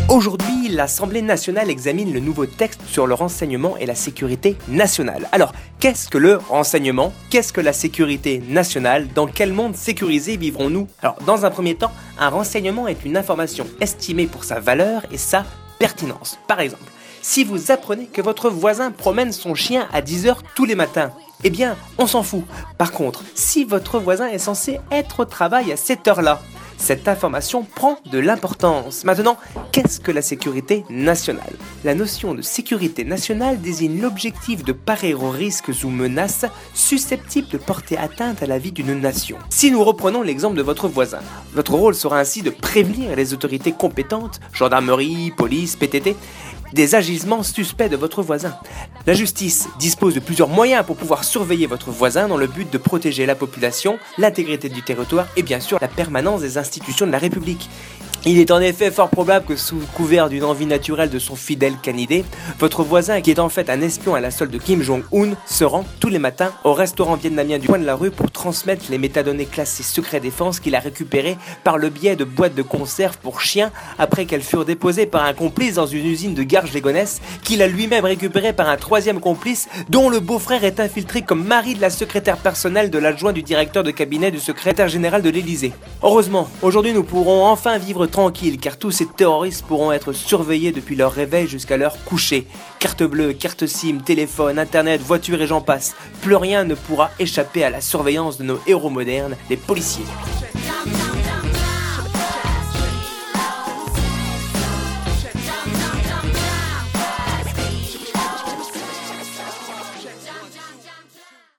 Aujourd'hui, l'Assemblée nationale examine le nouveau texte sur le renseignement et la sécurité nationale. Alors, qu'est-ce que le renseignement? Qu'est-ce que la sécurité nationale? Dans quel monde sécurisé vivrons-nous? Alors, dans un premier temps, un renseignement est une information estimée pour sa valeur et sa pertinence. Par exemple, si vous apprenez que votre voisin promène son chien à 10h tous les matins, eh bien, on s'en fout. Par contre, si votre voisin est censé être au travail à cette heure-là, cette information prend de l'importance. Maintenant, qu'est-ce que la sécurité nationale? La notion de sécurité nationale désigne l'objectif de parer aux risques ou menaces susceptibles de porter atteinte à la vie d'une nation. Si nous reprenons l'exemple de votre voisin, votre rôle sera ainsi de prévenir les autorités compétentes, gendarmerie, police, PTT, des agissements suspects de votre voisin. La justice dispose de plusieurs moyens pour pouvoir surveiller votre voisin dans le but de protéger la population, l'intégrité du territoire et bien sûr la permanence des institutions de la République. Il est en effet fort probable que sous couvert d'une envie naturelle de son fidèle canidé, votre voisin, qui est en fait un espion à la solde de Kim Jong-un, se rend tous les matins au restaurant vietnamien du coin de la rue pour transmettre les métadonnées classées secret défense qu'il a récupérées par le biais de boîtes de conserve pour chiens après qu'elles furent déposées par un complice dans une usine de Garges-les-Gonesse qu'il a lui-même récupéré par un troisième complice dont le beau-frère est infiltré comme mari de la secrétaire personnelle de l'adjoint du directeur de cabinet du secrétaire général de l'Élysée. Heureusement, aujourd'hui nous pourrons enfin vivre tranquille, car tous ces terroristes pourront être surveillés depuis leur réveil jusqu'à leur coucher. Carte bleue, carte SIM, téléphone, internet, voiture et j'en passe. Plus rien ne pourra échapper à la surveillance de nos héros modernes, les policiers.